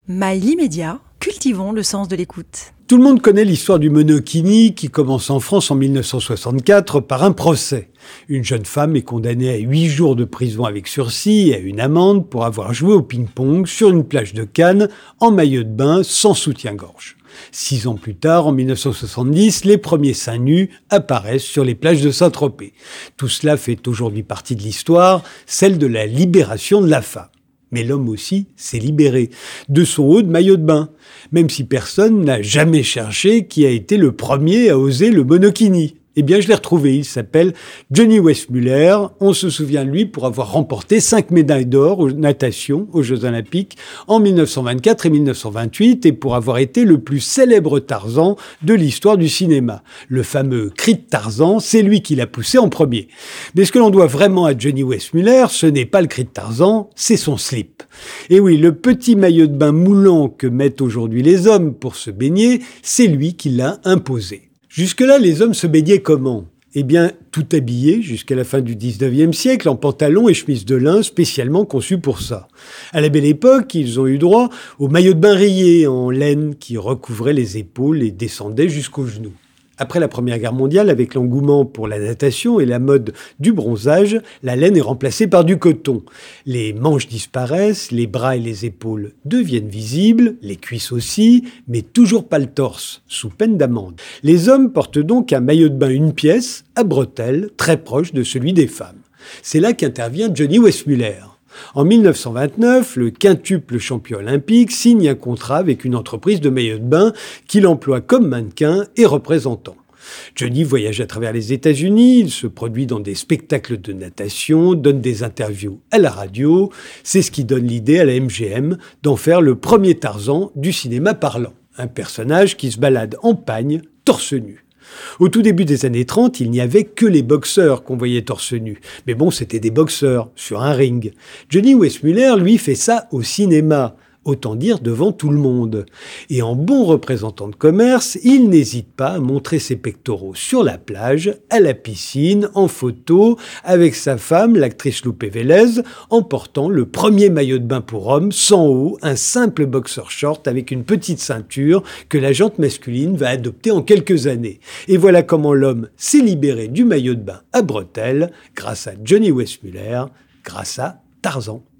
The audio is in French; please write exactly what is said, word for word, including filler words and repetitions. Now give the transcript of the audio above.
Mail immédiat, cultivons le sens de l'écoute. Tout le monde connaît l'histoire du monokini qui commence en France en mille neuf cent soixante-quatre par un procès. Une jeune femme est condamnée à huit jours de prison avec sursis et à une amende pour avoir joué au ping-pong sur une plage de Cannes en maillot de bain sans soutien-gorge. Six ans plus tard, en mille neuf cent soixante-dix, les premiers seins nus apparaissent sur les plages de Saint-Tropez. Tout cela fait aujourd'hui partie de l'histoire, celle de la libération de la femme. Mais l'homme aussi s'est libéré de son haut de maillot de bain, même si personne n'a jamais cherché qui a été le premier à oser le monokini. Eh bien, je l'ai retrouvé, il s'appelle Johnny Weissmuller. On se souvient de lui pour avoir remporté cinq médailles d'or aux natation aux Jeux Olympiques en mille neuf cent vingt-quatre et mille neuf cent vingt-huit et pour avoir été le plus célèbre Tarzan de l'histoire du cinéma. Le fameux cri de Tarzan, c'est lui qui l'a poussé en premier. Mais ce que l'on doit vraiment à Johnny Weissmuller, ce n'est pas le cri de Tarzan, c'est son slip. Et oui, le petit maillot de bain moulant que mettent aujourd'hui les hommes pour se baigner, c'est lui qui l'a imposé. Jusque-là, les hommes se baignaient comment ? Eh bien, tout habillés jusqu'à la fin du dix-neuvième siècle, en pantalon et chemise de lin spécialement conçus pour ça. À la belle époque, ils ont eu droit au maillot de bain rayé en laine qui recouvrait les épaules et descendait jusqu'aux genoux. Après la Première Guerre mondiale, avec l'engouement pour la natation et la mode du bronzage, la laine est remplacée par du coton. Les manches disparaissent, les bras et les épaules deviennent visibles, les cuisses aussi, mais toujours pas le torse, sous peine d'amende. Les hommes portent donc un maillot de bain une pièce, à bretelles, très proche de celui des femmes. C'est là qu'intervient Johnny Weissmuller. En mille neuf cent vingt-neuf, le quintuple champion olympique signe un contrat avec une entreprise de maillots de bain qu'il emploie comme mannequin et représentant. Johnny voyage à travers les États-Unis, il se produit dans des spectacles de natation, donne des interviews à la radio. C'est ce qui donne l'idée à la M G M d'en faire le premier Tarzan du cinéma parlant. Un personnage qui se balade en pagne, torse nu. Au tout début des années trente, il n'y avait que les boxeurs qu'on voyait torse nu. Mais bon, c'était des boxeurs, sur un ring. Johnny Weissmuller, lui, fait ça au cinéma. Autant dire devant tout le monde. Et en bon représentant de commerce, il n'hésite pas à montrer ses pectoraux sur la plage, à la piscine, en photo, avec sa femme, l'actrice Lupe Vélez, en portant le premier maillot de bain pour homme, sans haut, un simple boxer short avec une petite ceinture que la jante masculine va adopter en quelques années. Et voilà comment l'homme s'est libéré du maillot de bain à bretelles, grâce à Johnny Weissmuller, grâce à Tarzan.